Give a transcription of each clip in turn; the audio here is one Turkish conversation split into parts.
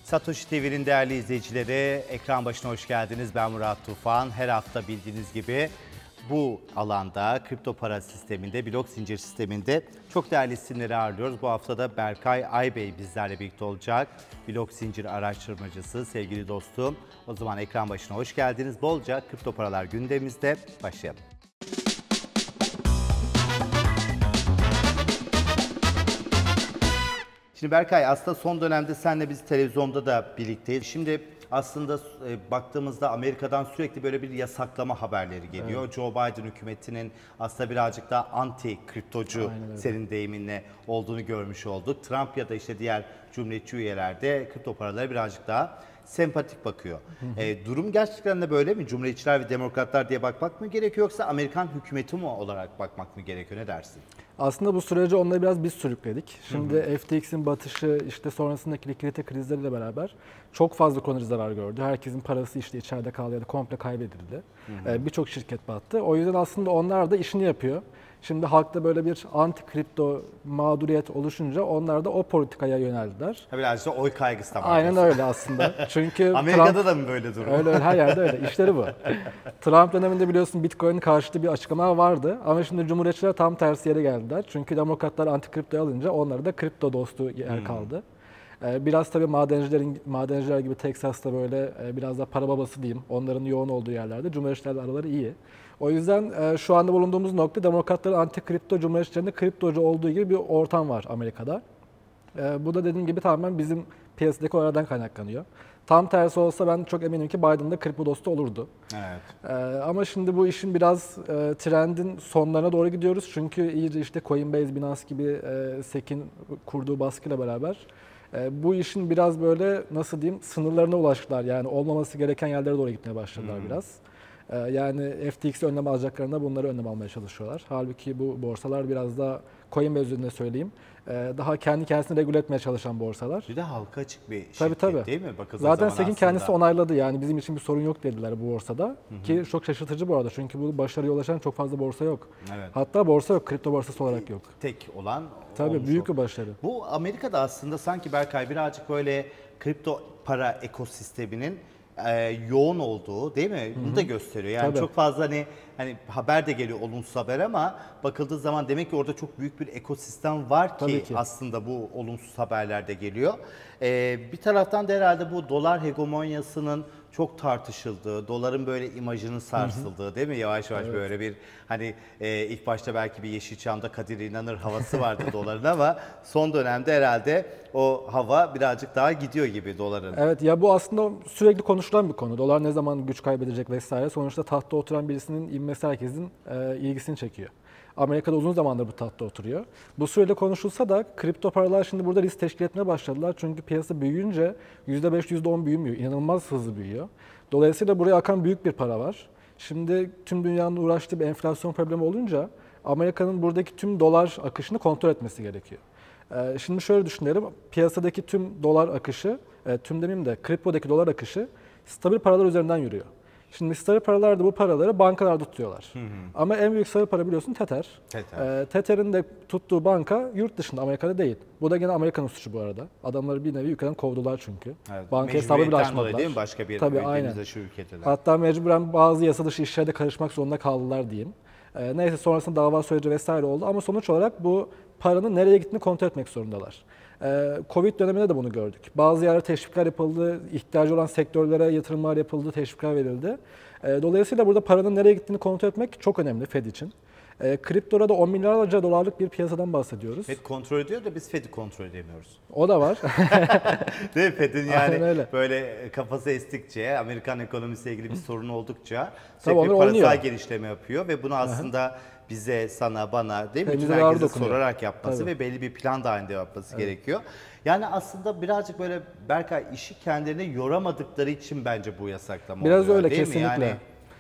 Satoshi TV'nin değerli izleyicileri, ekran başına hoş geldiniz. Ben Murat Tufan. Her hafta bildiğiniz gibi bu alanda, kripto para sisteminde, blok zincir sisteminde çok değerli isimleri ağırlıyoruz. Bu hafta da Berkay Aybey bizlerle birlikte olacak. Blok zincir araştırmacısı, sevgili dostum. O zaman ekran başına hoş geldiniz. Bolca kripto paralar gündemimizde. Başlayalım. Şimdi Berkay, aslında son dönemde senle biz televizyonda da birlikteyiz. Şimdi aslında baktığımızda Amerika'dan sürekli böyle bir yasaklama haberleri geliyor. Evet. Joe Biden hükümetinin aslında birazcık daha anti kriptocu, senin deyiminle olduğunu görmüş olduk. Trump ya da işte diğer cumhuriyetçi üyelerde kripto paralara birazcık daha sempatik bakıyor. Durum gerçekten de böyle mi? Cumhuriyetçiler ve demokratlar diye bakmak mı gerekiyor, yoksa Amerikan hükümeti mi olarak bakmak mı gerekiyor? Ne dersin? Aslında bu süreci onları biraz biz sürükledik. Şimdi FTX'in batışı, işte sonrasındaki likidite krizleriyle beraber çok fazla konu zarar gördü. Herkesin parası işte içeride kaldı ya da komple kaybedildi. Birçok şirket battı. O yüzden aslında onlar da işini yapıyor. Şimdi halkta böyle bir anti kripto mağduriyet oluşunca onlar da o politikaya yöneldiler. Birazcık oy kaygısı da var. Aynen öyle aslında. Çünkü Amerika'da Trump, da mı böyle durum? Öyle her yerde öyle. İşleri bu. Trump döneminde biliyorsun Bitcoin'in karşıtı bir açıklama vardı. Ama şimdi Cumhuriyetçiler tam tersi yere geldiler. Çünkü demokratlar anti kripto alınca onlara da kripto dostu yer kaldı. Biraz tabii madenciler gibi Texas'ta böyle biraz da para babası diyeyim. Onların yoğun olduğu yerlerde Cumhuriyetçilerle araları iyi. O yüzden şu anda bulunduğumuz nokta demokratların anti kripto, Cumhuriyetçilerin de kriptocu olduğu gibi bir ortam var Amerika'da. Bu da dediğim gibi tamamen bizim piyasadaki olaylardan kaynaklanıyor. Tam tersi olsa ben çok eminim ki Biden'da kripto dostu olurdu. Evet. Ama şimdi bu işin biraz trendin sonlarına doğru gidiyoruz. Çünkü iyice işte Coinbase, Binance gibi SEC'in kurduğu baskıyla beraber bu işin biraz böyle nasıl diyeyim sınırlarına ulaştılar. Yani olmaması gereken yerlere doğru gitmeye başladılar biraz. Yani FTX'i önlem alacaklarında bunları önlem almaya çalışıyorlar. Halbuki bu borsalar biraz daha Coinbase üzerinde söyleyeyim. Daha kendi kendisini regüle etmeye çalışan borsalar. Bir de halka açık bir şirket değil mi? Zaten SEC'in kendisi onayladı, yani bizim için bir sorun yok dediler bu borsada. Ki çok şaşırtıcı bu arada, çünkü bu başarıya ulaşan çok fazla borsa yok. Evet. Hatta borsa yok, kripto borsası olarak yok. Tek olan tabii büyük bir başarı. Bu Amerika'da aslında sanki Berkay birazcık böyle kripto para ekosisteminin yoğun olduğu, değil mi? Bunu da gösteriyor. Yani tabii. Çok fazla hani haber de geliyor, olumsuz haber, ama bakıldığı zaman demek ki orada çok büyük bir ekosistem var ki aslında bu olumsuz haberler de geliyor. Bir taraftan da herhalde bu dolar hegemonyasının çok tartışıldığı, doların böyle imajının sarsıldığı, değil mi? Yavaş yavaş böyle bir hani ilk başta belki bir Yeşilçam'da Kadir İnanır havası vardı doların, ama son dönemde herhalde o hava birazcık daha gidiyor gibi doların. Evet ya, bu aslında sürekli konuşulan bir konu. Dolar ne zaman güç kaybedecek vesaire. Sonuçta tahtta oturan birisinin inmesi herkesin ilgisini çekiyor. Amerika'da uzun zamandır bu tahtta oturuyor. Bu süreyle konuşulsa da kripto paralar şimdi burada risk teşkil etmeye başladılar. Çünkü piyasa büyüyünce %5, %10 büyümüyor. İnanılmaz hızlı büyüyor. Dolayısıyla buraya akan büyük bir para var. Şimdi tüm dünyanın uğraştığı bir enflasyon problemi olunca Amerika'nın buradaki tüm dolar akışını kontrol etmesi gerekiyor. Şimdi şöyle düşünelim, piyasadaki tüm dolar akışı, tüm demeyeyim de kriptodaki dolar akışı stabil paralar üzerinden yürüyor. Şimdi stabil paralar da bu paraları bankalarda tutuyorlar. Ama en büyük stabil para biliyorsun Tether. Tether'in de tuttuğu banka yurt dışında, Amerika'da değil. Bu da gene Amerika'nın suçu bu arada. Adamları bir nevi ülkeden kovdular çünkü. Evet. Banka hesabı bile açmadılar. Değil mi? Başka bir ülkemizde, şu ülkede. Hatta mecburen bazı yasa dışı işlere de karışmak zorunda kaldılar diyeyim. Neyse, sonrasında dava süreci vesaire oldu, ama sonuç olarak bu paranın nereye gittiğini kontrol etmek zorundalar. Covid döneminde de bunu gördük. Bazı yerlere teşvikler yapıldı, ihtiyacı olan sektörlere yatırımlar yapıldı, teşvikler verildi. Dolayısıyla burada paranın nereye gittiğini kontrol etmek çok önemli Fed için. Kriptoda da 10 milyarlarca dolarlık bir piyasadan bahsediyoruz. Fed kontrol ediyor da biz Fed'i kontrol edemiyoruz. O da var. Değil mi? Fed'in yani böyle kafası estikçe, Amerikan ekonomisiyle ilgili bir sorun oldukça sürekli parasal genişleme yapıyor ve bunu aslında bize, sana, bana, değil mi? Bütün herkese sorarak yapması ve belli bir plan dahilinde yapması gerekiyor. Yani aslında birazcık böyle Berkay, işi kendilerine yoramadıkları için bence bu yasaklama biraz oluyor, öyle değil kesinlikle. mi?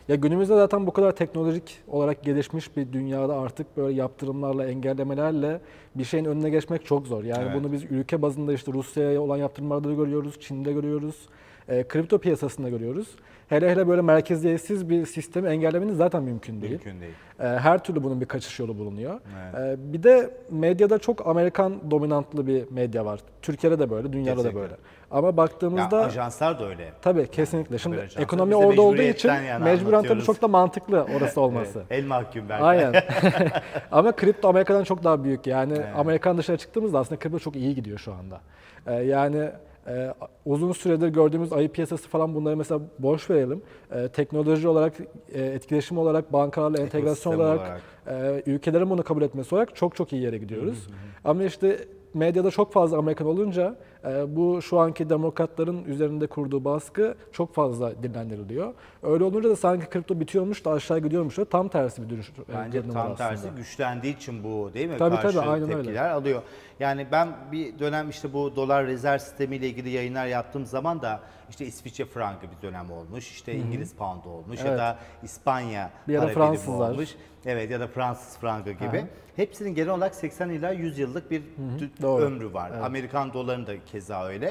Ya günümüzde zaten bu kadar teknolojik olarak gelişmiş bir dünyada artık böyle yaptırımlarla, engellemelerle bir şeyin önüne geçmek çok zor. Yani bunu biz ülke bazında işte Rusya'ya olan yaptırımlarda da görüyoruz, Çin'de görüyoruz, kripto piyasasında görüyoruz. Hele hele böyle merkeziyetsiz bir sistemi engellemeniz zaten mümkün değil. Mümkün değil. Her türlü bunun bir kaçış yolu bulunuyor. Evet. Bir de medyada çok Amerikan dominantlı bir medya var. Türkiye'de de böyle, dünyada Kesinlikle. da böyle. Ama baktığımızda... Ya ajanslar da öyle. Tabii kesinlikle. Şimdi ajanslar. ekonomi Biz de orada olduğu için mecburiyetten yani mecburen tabii anlatıyoruz. çok da mantıklı orası olması. Evet, el mahkum belki. Aynen. Ama kripto Amerika'dan çok daha büyük. Yani Amerikan dışına çıktığımızda aslında kripto çok iyi gidiyor şu anda. Yani uzun süredir gördüğümüz ayı piyasası falan bunları mesela boş verelim. Teknoloji olarak, etkileşim olarak, bankalarla entegrasyon olarak, ülkelerin bunu kabul etmesi olarak çok çok iyi yere gidiyoruz. Ama işte medyada çok fazla Amerikan olunca bu şu anki demokratların üzerinde kurduğu baskı çok fazla dillendiriliyor. Öyle olunca da sanki kripto bitiyormuş da aşağı gidiyormuş da tam tersi bir dönüş. Bence tam tersi güçlendiği için bu değil mi? Tabii, Karşı aynen tepkiler öyle. alıyor. Yani ben bir dönem işte bu dolar rezerv sistemiyle ilgili yayınlar yaptığım zaman da işte İsviçre frangı bir dönem olmuş, işte İngiliz poundu olmuş ya da İspanya Bir ara para birimi Fransızlar. olmuş. Evet ya da Fransız frangı gibi. Hepsinin genel olarak 80 ila 100 yıllık bir Doğru. ömrü var. Amerikan dolarının da keza öyle.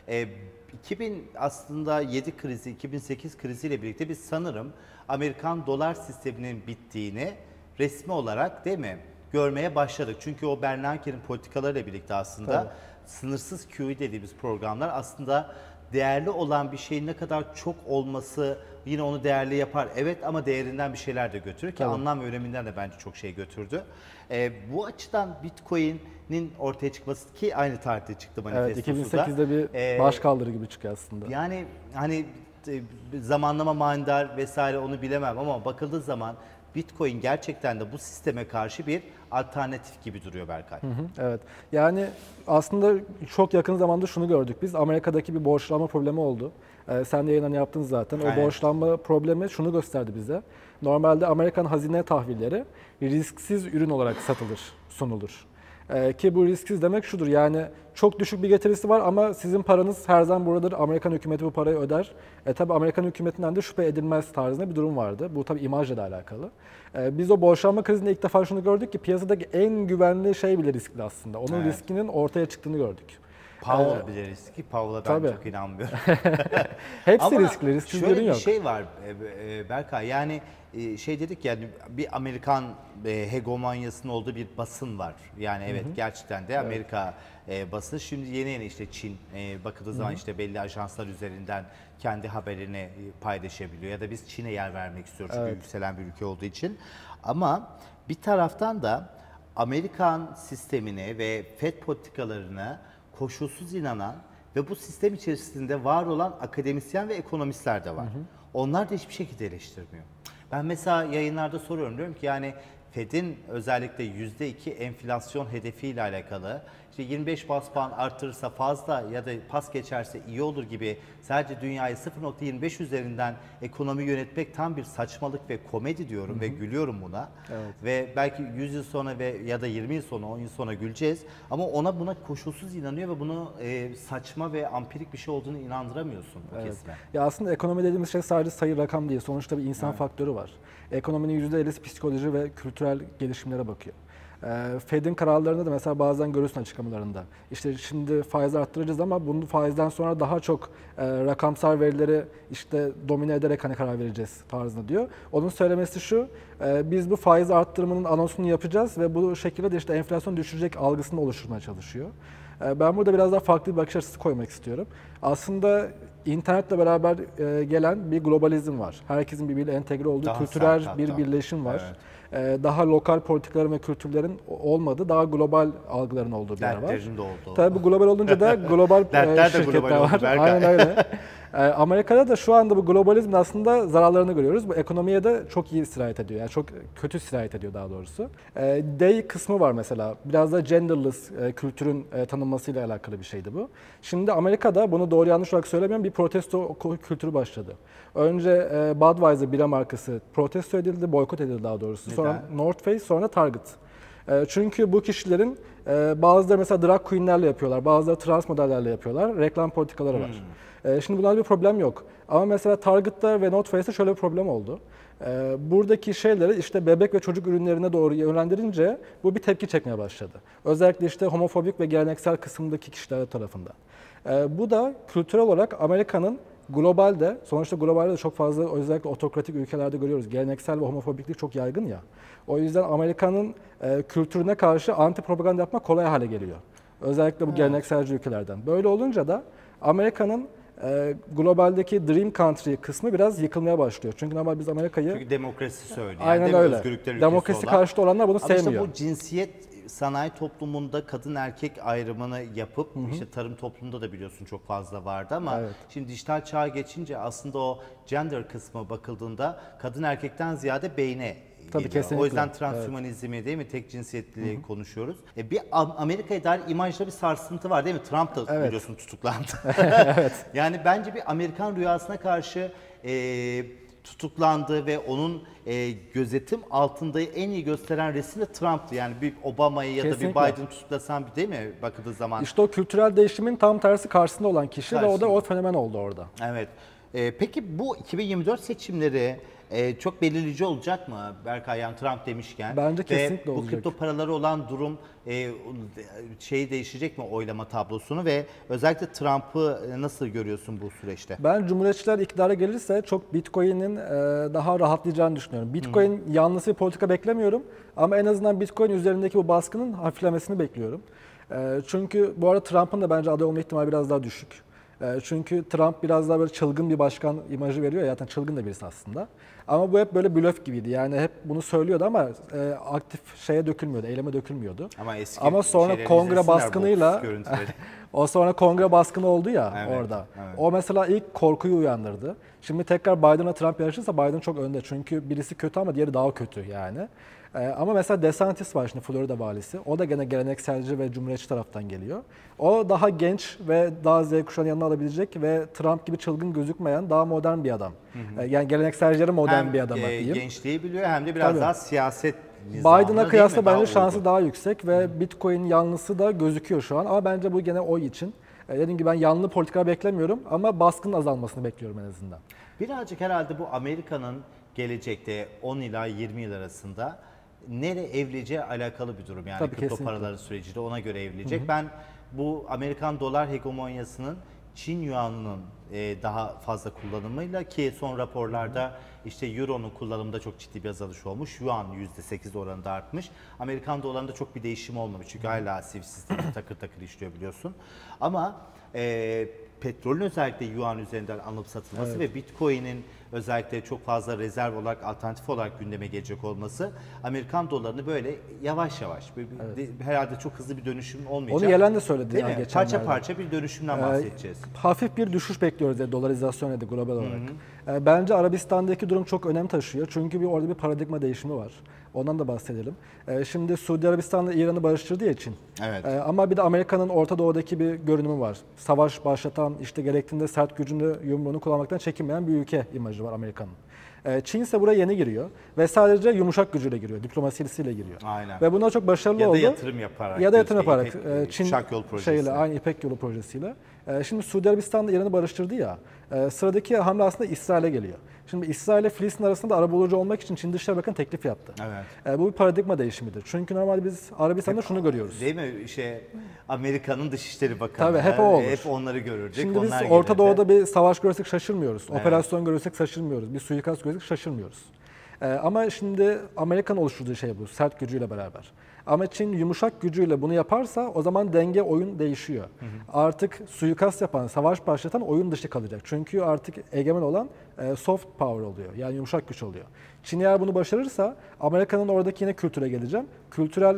2000 aslında 7 krizi, 2008 kriziyle birlikte biz sanırım Amerikan dolar sisteminin bittiğini resmi olarak değil mi görmeye başladık. Çünkü o Bernanke'nin politikalarıyla birlikte aslında sınırsız QE dediğimiz programlar aslında değerli olan bir şeyin ne kadar çok olması yine onu değerli yapar. Evet ama değerinden bir şeyler de götürür ki anlam ve öneminden de bence çok şey götürdü. Bu açıdan Bitcoin'in ortaya çıkması ki aynı tarihte çıktı manifestosu da. Evet, 2008'de bir başkaldırı gibi çıkıyor aslında. Yani hani zamanlama manidar vesaire onu bilemem ama bakıldığı zaman Bitcoin gerçekten de bu sisteme karşı bir alternatif gibi duruyor Berkay. Evet. Yani aslında çok yakın zamanda şunu gördük biz. Amerika'daki bir borçlanma problemi oldu. Sen de yayınlarını yaptın zaten. O Aynen. borçlanma problemi şunu gösterdi bize. Normalde Amerikan hazine tahvilleri risksiz ürün olarak satılır, sunulur. Ki bu risksiz demek şudur, yani çok düşük bir getirisi var ama sizin paranız her zaman buradadır. Amerikan hükümeti bu parayı öder. Tabii Amerikan hükümetinden de şüphe edilmez tarzında bir durum vardı. Bu tabii imajla da alakalı. Biz o borçlanma krizinde ilk defa şunu gördük ki piyasadaki en güvenli şey bile riskli aslında. Onun riskinin ortaya çıktığını gördük. Powell bile riski. Powell'a ben Tabii. çok inanmıyorum. Hepsi Ama riskli, risksiz ürün şöyle bir yok. şey var Berkay, yani şey dedik ya bir Amerikan hegemonyasının olduğu bir basın var. Yani evet gerçekten de Amerika basını şimdi yeni yeni işte Çin bakıldığı zaman işte belli ajanslar üzerinden kendi haberini paylaşabiliyor ya da biz Çin'e yer vermek istiyoruz çünkü yükselen bir ülke olduğu için. Ama bir taraftan da Amerikan sistemine ve FED politikalarına koşulsuz inanan ve bu sistem içerisinde var olan akademisyen ve ekonomistler de var. Onlar da hiçbir şekilde eleştirmiyor. Ben mesela yayınlarda soruyorum, diyorum ki yani Fed'in özellikle %2 enflasyon hedefiyle alakalı işte 25 bas puan artırırsa fazla ya da pas geçerse iyi olur gibi sadece dünyayı 0.25 üzerinden ekonomi yönetmek tam bir saçmalık ve komedi diyorum ve gülüyorum buna. Ve belki 100 yıl sonra ve ya da 20 yıl sonra 10 yıl sonra güleceğiz ama buna koşulsuz inanıyor ve bunu saçma ve ampirik bir şey olduğunu inandıramıyorsun bu kesime. Ya aslında ekonomi dediğimiz şey sadece sayı, rakam değil. Sonuçta bir insan faktörü var. Ekonominin %50'si psikoloji ve kültürel gelişimlere bakıyor. Fed'in kararlarında da mesela bazen görürsün açıklamalarında. İşte şimdi faiz arttıracağız ama bunun faizden sonra daha çok rakamsal verileri işte domine ederek hani karar vereceğiz tarzında diyor. Onun söylemesi şu, biz bu faiz arttırımının anonsunu yapacağız ve bu şekilde de işte enflasyon düşürecek algısını oluşturmaya çalışıyor. Ben burada biraz daha farklı bir bakış açısı koymak istiyorum. Aslında internetle beraber gelen bir globalizm var. Herkesin birbiriyle entegre olduğu Daha kültürel sert bir hatta. birleşim var. Daha lokal politikaların ve kültürlerin olmadığı, daha global algıların olduğu bir yer var. Dertlerin de olduğu. Tabii bu global olunca da global Dertler de şirketler global oldu var. Berkay. Aynen öyle. Amerika'da da şu anda bu globalizmin aslında zararlarını görüyoruz. Bu ekonomiye de çok iyi sirayet ediyor. Yani çok kötü sirayet ediyor daha doğrusu. Day kısmı var mesela. Biraz da genderless kültürün tanınmasıyla alakalı bir şeydi bu. Şimdi Amerika'da bunu doğru yanlış olarak söylemiyorum, bir protesto kültürü başladı. Önce Budweiser bira markası protesto edildi, boykot edildi daha doğrusu. Sonra Neden? North Face, sonra Target. Çünkü bu kişilerin bazıları mesela drag queenlerle yapıyorlar, bazıları trans modellerle yapıyorlar, reklam politikaları var. Şimdi bunlarda bir problem yok. Ama mesela Target'ta ve North Face'te şöyle bir problem oldu. Buradaki şeyleri işte bebek ve çocuk ürünlerine doğru yönlendirince bu bir tepki çekmeye başladı. Özellikle işte homofobik ve geleneksel kısımdaki kişiler tarafından. Bu da kültürel olarak Amerika'nın globalde, sonuçta globalde de çok fazla özellikle otokratik ülkelerde görüyoruz. Geleneksel ve homofobiklik çok yaygın ya. O yüzden Amerika'nın kültürüne karşı anti propaganda yapmak kolay hale geliyor. Özellikle bu gelenekselci ülkelerden. Böyle olunca da Amerika'nın globaldeki Dream Country kısmı biraz yıkılmaya başlıyor. Çünkü normal biz Amerika'yı... Çünkü demokrasi söylüyor. Aynen yani öyle. Özgürlükler ülkesi Demokrasi olan. karşıtı olanlar bunu Ama sevmiyor. işte bu cinsiyet sanayi toplumunda kadın erkek ayrımını yapıp işte tarım toplumunda da biliyorsun çok fazla vardı ama şimdi dijital çağa geçince aslında o gender kısmı bakıldığında kadın erkekten ziyade beyne geliyor. Kesinlikle. O yüzden transhümanizmi değil mi? Tek cinsiyetliliği konuşuyoruz. Bir Amerika'ya dair imajda bir sarsıntı var değil mi? Trump da biliyorsun tutuklandı. Yani bence bir Amerikan rüyasına karşı tutuklandı ve onun gözetim altında en iyi gösteren resim de Trump'tı. Yani bir Obama'yı ya da bir Biden tutuklasan değil mi bakıldığı zaman? İşte o kültürel değişimin tam tersi karşısında olan kişi ve o da o fenomen oldu orada. Evet. Peki bu 2024 seçimleri çok belirleyici olacak mı Berkay, yani Trump demişken? Bence kesinlikle ve bu olacak. kripto paraları olan durum şeyi değişecek mi oylama tablosunu ve özellikle Trump'ı nasıl görüyorsun bu süreçte? Ben Cumhuriyetçiler iktidara gelirse çok Bitcoin'in daha rahatlayacağını düşünüyorum. Bitcoin yanlısı bir politika beklemiyorum ama en azından Bitcoin üzerindeki bu baskının hafiflemesini bekliyorum. Çünkü bu arada Trump'ın da bence aday olma ihtimali biraz daha düşük. Çünkü Trump biraz daha böyle çılgın bir başkan imajı veriyor ya, zaten çılgın da birisi aslında. Ama bu hep böyle blöf gibiydi. Yani hep bunu söylüyordu ama aktif şeye dökülmüyordu, eyleme dökülmüyordu. Ama sonra kongre baskınıyla o sonra kongre baskını oldu ya orada. Evet. O mesela ilk korkuyu uyandırdı. Şimdi tekrar Biden'la Trump yarışırsa Biden çok önde. Çünkü birisi kötü ama diğeri daha kötü yani. Ama mesela DeSantis var şimdi, Florida valisi. O da gene gelenekselci ve cumhuriyetçi taraftan geliyor. O daha genç ve daha Z kuşağının yanına alabilecek ve Trump gibi çılgın gözükmeyen daha modern bir adam. Yani gelenekselcileri modern bir adam diyeyim. Hem gençliği biliyor hem de biraz daha siyaset nizamlı. Biden'a kıyasla bence şansı uygun. daha yüksek ve Bitcoin yanlısı da gözüküyor şu an. Ama bence bu gene oy için. Dediğim gibi ben yanlı politika beklemiyorum ama baskının azalmasını bekliyorum en azından. Birazcık herhalde bu Amerika'nın gelecekte 10 ila 20 yıl arasında nereye evrileceği alakalı bir durum. Yani Tabii, kripto kesinlikle. paraları süreci de ona göre evrilecek. Ben bu Amerikan dolar hegemonyasının Çin yuanının daha fazla kullanımıyla, ki son raporlarda işte Euro'nun kullanımında çok ciddi bir azalış olmuş. Yuan %8 oranında artmış. Amerikan dolarında çok bir değişim olmamış. Çünkü hala SWIFT sistemi takır takır işliyor biliyorsun. Ama petrolün özellikle yuan üzerinden alınıp satılması ve Bitcoin'in özellikle çok fazla rezerv olarak, alternatif olarak gündeme gelecek olması Amerikan dolarını böyle yavaş yavaş, herhalde çok hızlı bir dönüşüm olmayacak. Onu Yellen de söyledi Değil ya mi? geçenlerde. Parça parça bir dönüşümden bahsedeceğiz. Hafif bir düşüş bekliyoruz ya, dolarizasyon dedi global olarak. Bence Arabistan'daki durum çok önem taşıyor. Çünkü orada bir paradigma değişimi var. Ondan da bahsedelim. Şimdi Suudi Arabistan'la İran'ı barıştırdı ya Çin. Evet. Ama bir de Amerika'nın Orta Doğu'daki bir görünümü var. Savaş başlatan, işte gerektiğinde sert gücünü, yumruğunu kullanmaktan çekinmeyen bir ülke imajı var Amerika'nın. Çin ise buraya yeni giriyor ve sadece yumuşak gücüyle giriyor, diplomasisiyle giriyor. Aynen. Ve buna çok başarılı Ya da oldu. yatırım yaparak. Ya da yatırım yaparak. Çin Şark Yol projesiyle. Şeyle, aynı İpek Yolu projesiyle. Şimdi Suudi Arabistan'da İran'ı barıştırdı ya. Sıradaki hamle aslında İsrail'e geliyor. Şimdi İsrail ile Filistin arasında arabulucu olmak için Çin Dışişleri Bakanı teklif yaptı. Evet. Bu bir paradigma değişimidir. Çünkü normalde biz Arabistan'da şunu görüyoruz. Değil mi? Amerika'nın Dışişleri Bakanı. Tabii, hep o olur. Hep onları görürdük. Şimdi biz onlar Orta gelirdi. Doğu'da bir savaş görsek şaşırmıyoruz. Operasyon görürsek şaşırmıyoruz. Bir suikast görsek şaşırmıyoruz. Ama şimdi Amerika'nın oluşturduğu şey bu, sert gücüyle beraber. Ama Çin yumuşak gücüyle bunu yaparsa o zaman denge, oyun değişiyor. Artık suikast yapan, savaş başlatan oyun dışı kalacak. Çünkü artık egemen olan soft power oluyor. Yani yumuşak güç oluyor. Çin eğer bunu başarırsa Amerika'nın oradaki yine kültüre geleceğim. Kültürel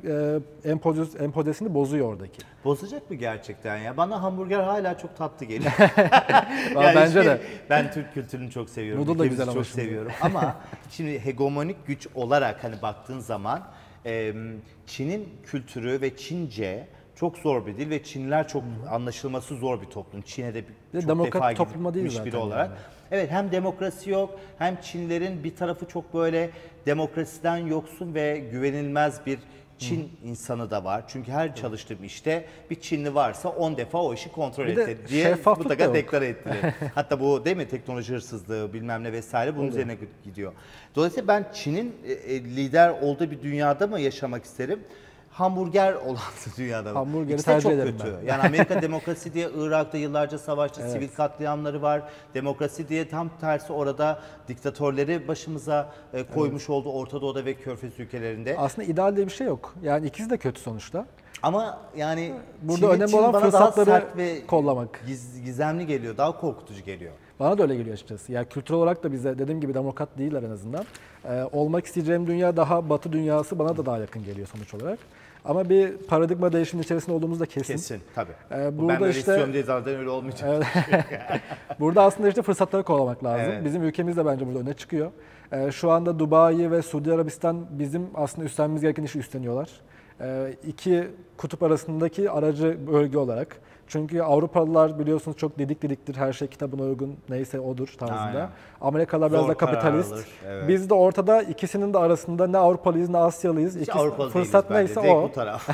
empozisini bozuyor oradaki. Bozacak mı gerçekten ya? Bana hamburger hala çok tatlı geliyor. Bence de. Ben Türk kültürünü çok seviyorum. Noodle da güzel çok ama şimdi. seviyorum. Ama şimdi hegemonik güç olarak hani baktığın zaman Çin'in kültürü ve Çince çok zor bir dil ve Çinliler çok anlaşılması zor bir toplum. Çin'e de çok demokrat defa topluma değil gitmiş biri zaten olarak. yani. Evet, hem demokrasi yok, hem Çinlerin bir tarafı çok böyle demokrasiden yoksun ve güvenilmez bir Çin insanı da var. Çünkü her çalıştığım işte bir Çinli varsa 10 defa o işi kontrol Bir de etti diye şeffaflık da mutlaka yok. deklare ettiler. Hatta bu değil mi teknoloji hırsızlığı bilmem ne vesaire bunun üzerine gidiyor. Dolayısıyla ben Çin'in lider olduğu bir dünyada mı yaşamak isterim? Hamburger olan dünyada mı? Hamburgeri İkisi de tercih çok ederim kötü. ben. Yani Amerika demokrasi diye Irak'ta yıllarca savaştı, sivil katliamları var. Demokrasi diye tam tersi orada diktatörleri başımıza koymuş oldu Orta Doğu'da ve Körfez ülkelerinde. Aslında ideal diye bir şey yok. Yani ikisi de kötü sonuçta. Ama yani Burada önemli olan bana fırsatları daha sert ve kollamak. gizemli geliyor, daha korkutucu geliyor. Bana da öyle geliyor açıkçası. Yani kültürel olarak da bize dediğim gibi demokrat değiller en azından. Olmak isteyeceğim dünya daha batı dünyası bana da daha yakın geliyor sonuç olarak. Ama bir paradigma değişimi içerisinde olduğumuz da kesin. Kesin tabii. Burada Ben böyle işte- istiyorum diye zaten öyle olmayacak. Burada aslında işte fırsatları kollamak lazım. Evet. Bizim ülkemiz de bence burada öne çıkıyor. Şu anda Dubai ve Suudi Arabistan bizim aslında üstlenmemiz gereken işi üstleniyorlar. İki kutup arasındaki aracı bölge olarak. Çünkü Avrupalılar biliyorsunuz çok didiktir, her şey kitabına uygun, neyse odur tarzında. Aynen. Amerikalılar biraz Zor da kapitalist. karar alır, evet. Biz de ortada ikisinin de arasında ne Avrupalıyız ne Asyalıyız. Hiç İkisi- Avrupalı fırsat değiliz bence. neyse Direkt o. bu taraf.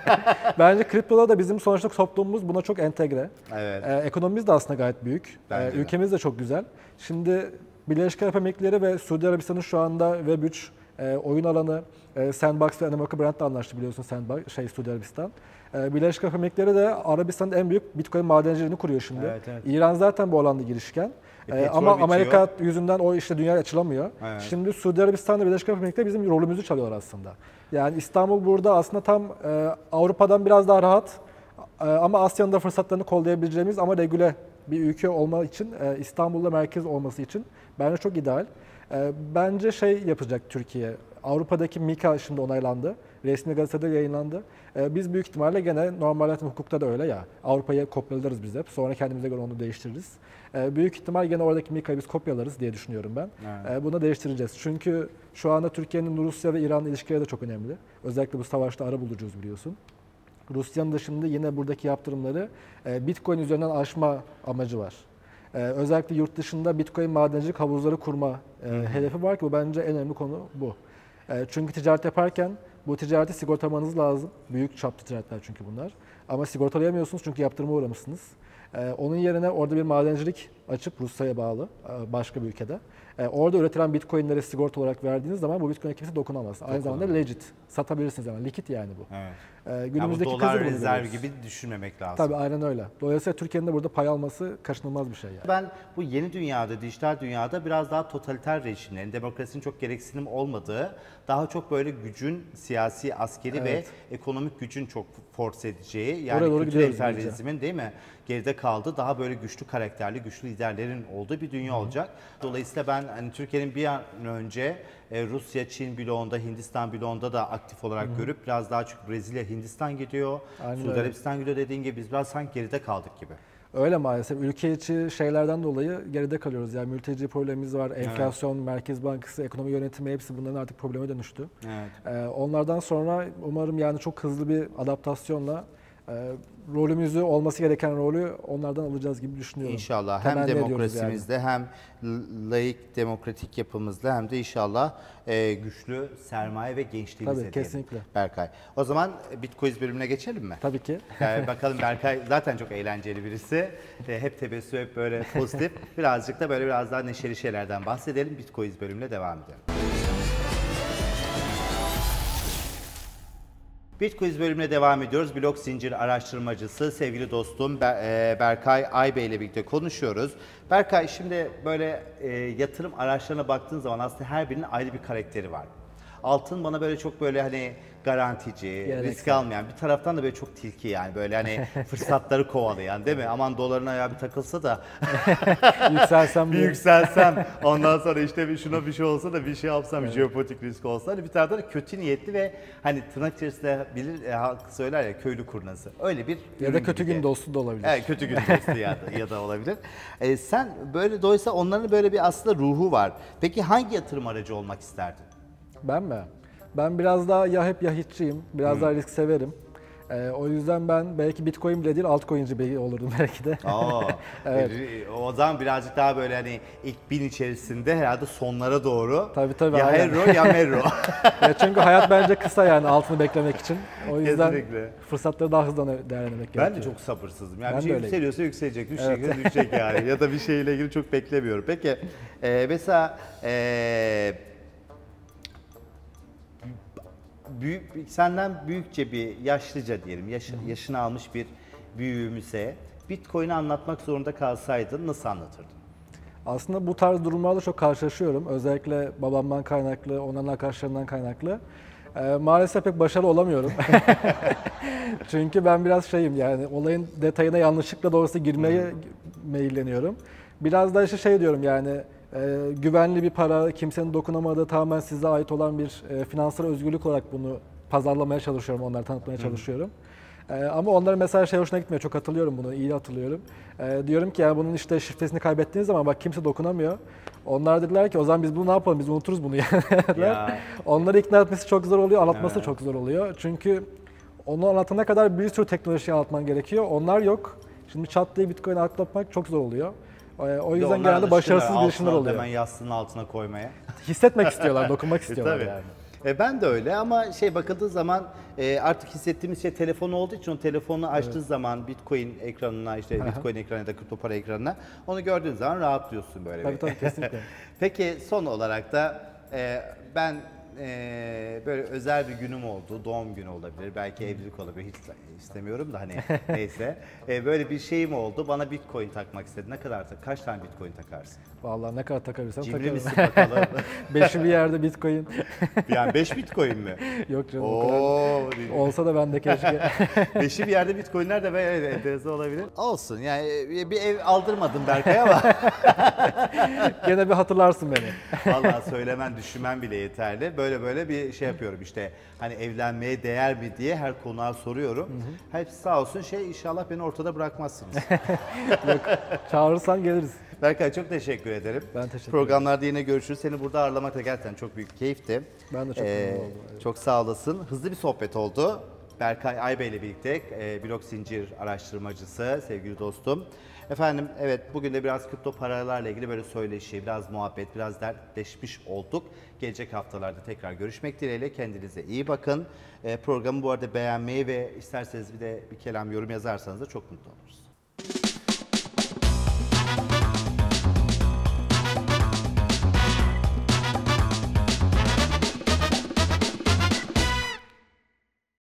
Bence kriptoda da bizim sonuçta toplumumuz buna çok entegre. Evet. Ekonomimiz de aslında gayet büyük. Bence de. Ülkemiz de çok güzel. Şimdi Birleşik Arap Emirlikleri ve Suudi Arabistan'ın şu anda Web3 oyun alanı Sandbox ve Animoca Brand anlaştı biliyorsun Suudi Arabistan. Birleşik Arap Emirlikleri de Arabistan'ın en büyük Bitcoin madenciliğini kuruyor şimdi. Evet, evet. İran zaten bu alanda girişken. Petrol Ama bitiyor. Amerika yüzünden o işte dünya açılamıyor. Evet. Şimdi Suudi Arabistan ve Birleşik Arap Emirlikleri bizim rolümüzü çalıyorlar aslında. Yani İstanbul burada aslında tam Avrupa'dan biraz daha rahat ama Asya'nın da fırsatlarını kollayabileceğimiz ama regüle bir ülke olma için İstanbul'da merkez olması için bence çok ideal. Bence şey yapacak Türkiye. Avrupa'daki MiCA şimdi onaylandı. Resmi gazetede yayınlandı. Biz büyük ihtimalle gene normal hukukta da öyle ya. Avrupa'yı kopyalarız biz hep. Sonra kendimize göre onu değiştiririz. Büyük ihtimal gene oradaki MiCA'yı biz kopyalarız diye düşünüyorum ben. Evet. Bunu değiştireceğiz. Çünkü şu anda Türkiye'nin Rusya ve İran ilişkileri de çok önemli. Özellikle bu savaşta arabulucuyuz biliyorsun. Rusya'nın da şimdi yine buradaki yaptırımları Bitcoin üzerinden aşma amacı var. Özellikle yurt dışında Bitcoin madencilik havuzları kurma hedefi var ki bu bence en önemli konu bu. Çünkü ticaret yaparken bu ticareti sigortalamanız lazım. Büyük çaplı ticaretler çünkü bunlar. Ama sigortalayamıyorsunuz çünkü yaptırıma uğramışsınız. Onun yerine orada bir madencilik açıp Rusya'ya bağlı başka bir ülkede. Orada üretilen Bitcoin'lere sigorta olarak verdiğiniz zaman bu Bitcoin'e kimse dokunamaz. Aynı zamanda legit. Satabilirsiniz yani. Likit yani bu. Evet. Günümüzdeki Yani bu dolar kızı bunu rezerv görüyoruz. gibi düşünmemek lazım. Tabii aynen öyle. Dolayısıyla Türkiye'nin de burada pay alması kaçınılmaz bir şey yani. Ben bu yeni dünyada, dijital dünyada biraz daha totaliter rejimlerin, demokrasinin çok gereksinim olmadığı, daha çok böyle gücün, siyasi, askeri Evet. ve ekonomik gücün çok force edeceği, Oraya yani doğru kültür gidiyoruz emperyalizmin değil mi? Geride kaldı. Daha böyle güçlü karakterli, güçlü liderlerin olduğu bir dünya olacak. Dolayısıyla ben hani Türkiye'nin bir an önce Rusya, Çin bloğunda, Hindistan bloğunda da aktif olarak görüp biraz daha çünkü Brezilya, Hindistan gidiyor, Aynen Suudi öyle. Arabistan gidiyor dediğin gibi biz biraz sanki geride kaldık gibi. Öyle maalesef. Ülke içi şeylerden dolayı geride kalıyoruz. Yani mülteci problemimiz var, enflasyon, Merkez Bankası, ekonomi yönetimi hepsi bunların artık probleme dönüştü. Evet. Onlardan sonra umarım yani çok hızlı bir adaptasyonla rolümüzü, olması gereken rolü onlardan alacağız gibi düşünüyorum. İnşallah hem Temenni ediyoruz demokrasimizde hem laik demokratik yapımızda hem de inşallah güçlü sermaye ve gençliğimizle Tabii, diyelim. kesinlikle. Berkay. O zaman Bitcoin bölümüne geçelim mi? Tabii ki. Bakalım Berkay zaten çok eğlenceli birisi. Hep tebessüm, hep böyle pozitif. Birazcık da böyle biraz daha neşeli şeylerden bahsedelim. Bitcoin bölümüne devam edelim. Bitcoin bölümüne devam ediyoruz. Blok zincir araştırmacısı sevgili dostum Berkay Aybey ile birlikte konuşuyoruz. Berkay şimdi böyle yatırım araçlarına baktığın zaman aslında her birinin ayrı bir karakteri var. Altın bana böyle çok böyle hani garantici, risk almayan, bir taraftan da böyle çok tilki yani böyle hani fırsatları kovalayan değil mi? Aman doların ayağı bir takılsa da Yükselsem bir yükselsem ondan sonra işte bir şuna bir şey olsa da bir şey yapsam bir jeopolitik risk olsa hani bir taraftan da kötü niyetli ve hani tırnak içerisinde bilir halk söyler ya köylü kurnazı. Öyle bir ya da ürün kötü gibi gün de. dostu da olabilir. Evet kötü gün dostu ya da olabilir. Sen böyle dolayısıyla onların böyle bir aslında ruhu var. Peki hangi yatırım aracı olmak isterdin? Ben mi? Ben biraz daha ya hep ya hiççiyim. Biraz daha risk severim. O yüzden ben belki Bitcoin bile değil altcoin'ci biri olurdum belki de. Aa, Evet. O zaman birazcık daha böyle hani ilk 1000 içerisinde herhalde sonlara doğru. Tabii, Ya aynen. Herro ya Merro. Çünkü hayat bence kısa yani altını beklemek için. O yüzden Kesinlikle. fırsatları daha hızlı değerlendirmek gerekiyor. Ben de çok sabırsızım. Yani Ben bir şey de öyleyim. yükseliyorsa yükselecek, düşecekse düşecek yani. Ya da bir şeyle ilgili çok beklemiyorum. Peki mesela senden büyükçe bir yaşlıca diyelim, yaşını almış bir büyüğümüze Bitcoin'i anlatmak zorunda kalsaydın nasıl anlatırdın? Aslında bu tarz durumlarla çok karşılaşıyorum. Özellikle babamdan kaynaklı, onların arkadaşlarından kaynaklı. Maalesef pek başarılı olamıyorum. Çünkü ben biraz şeyim yani olayın detayına yanlışlıkla doğrusu girmeye meyilleniyorum. Biraz da işte şey diyorum yani güvenli bir para, kimsenin dokunamadığı tamamen size ait olan bir finansal özgürlük olarak bunu pazarlamaya çalışıyorum, onları tanıtmaya çalışıyorum. Ama onların mesela şey hoşuna gitmiyor, çok hatırlıyorum bunu, iyi hatırlıyorum. Diyorum ki yani bunun işte şifresini kaybettiğiniz zaman bak kimse dokunamıyor. Onlar dediler ki o zaman biz bunu ne yapalım, biz unuturuz bunu yani. Ya. Onları ikna etmesi çok zor oluyor, anlatması da Evet. çok zor oluyor. Çünkü onu anlatana kadar bir sürü teknolojiyi anlatman gerekiyor. Onlar yok. Şimdi çat diye Bitcoin'i anlatmak çok zor oluyor. O Bir de yüzden onlar genelde başarısız alışkınlar girişimler altına, oluyor. hemen yastığının altına koymaya. Hissetmek istiyorlar, dokunmak istiyorlar Tabii. yani. Ben de öyle ama bakıldığı zaman artık hissettiğimiz şey telefon olduğu için o telefonu açtığı zaman Bitcoin ekranına Bitcoin ekranına ya da kripto para ekranına onu gördüğün zaman rahatlıyorsun böyle bir. Tabii kesinlikle. Peki son olarak da ben böyle özel bir günüm oldu, doğum günü olabilir, belki evlilik olabilir, hiç istemiyorum da hani neyse. Böyle bir şeyim oldu, bana Bitcoin takmak istedi. Ne kadar kaç tane Bitcoin takarsın? Vallahi ne kadar takabilirsem Cimri takarım. misin bakalım? Beşi bir yerde Bitcoin. Yani 5 Bitcoin mi? Yok canım o kadar. Oo, Olsa da ben de keşke. beşi bir yerde Bitcoin'ler de evet, enteresan olabilir. Olsun yani bir ev aldırmadım Berkay ama Gene bir hatırlarsın beni. vallahi söylemen düşünmen bile yeterli. Böyle bir şey yapıyorum işte hani evlenmeye değer mi diye her konuğa soruyorum. Hepsi sağ olsun inşallah beni ortada bırakmazsınız. Çağırırsan geliriz. Berkay çok teşekkür ederim. Ben teşekkür ederim. Programlarda yine görüşürüz. Seni burada ağırlamak da gerçekten çok büyük keyifti. Ben de çok memnun oldum. Evet. Çok sağ olasın. Hızlı bir sohbet oldu. Berkay Aybey ile birlikte blok zincir araştırmacısı, sevgili dostum. Efendim evet bugün de biraz kripto paralarla ilgili böyle söyleşi, biraz muhabbet, biraz dertleşmiş olduk. Gelecek haftalarda tekrar görüşmek dileğiyle kendinize iyi bakın. Programı bu arada beğenmeyi ve isterseniz bir de bir kelam yorum yazarsanız da çok mutlu oluruz.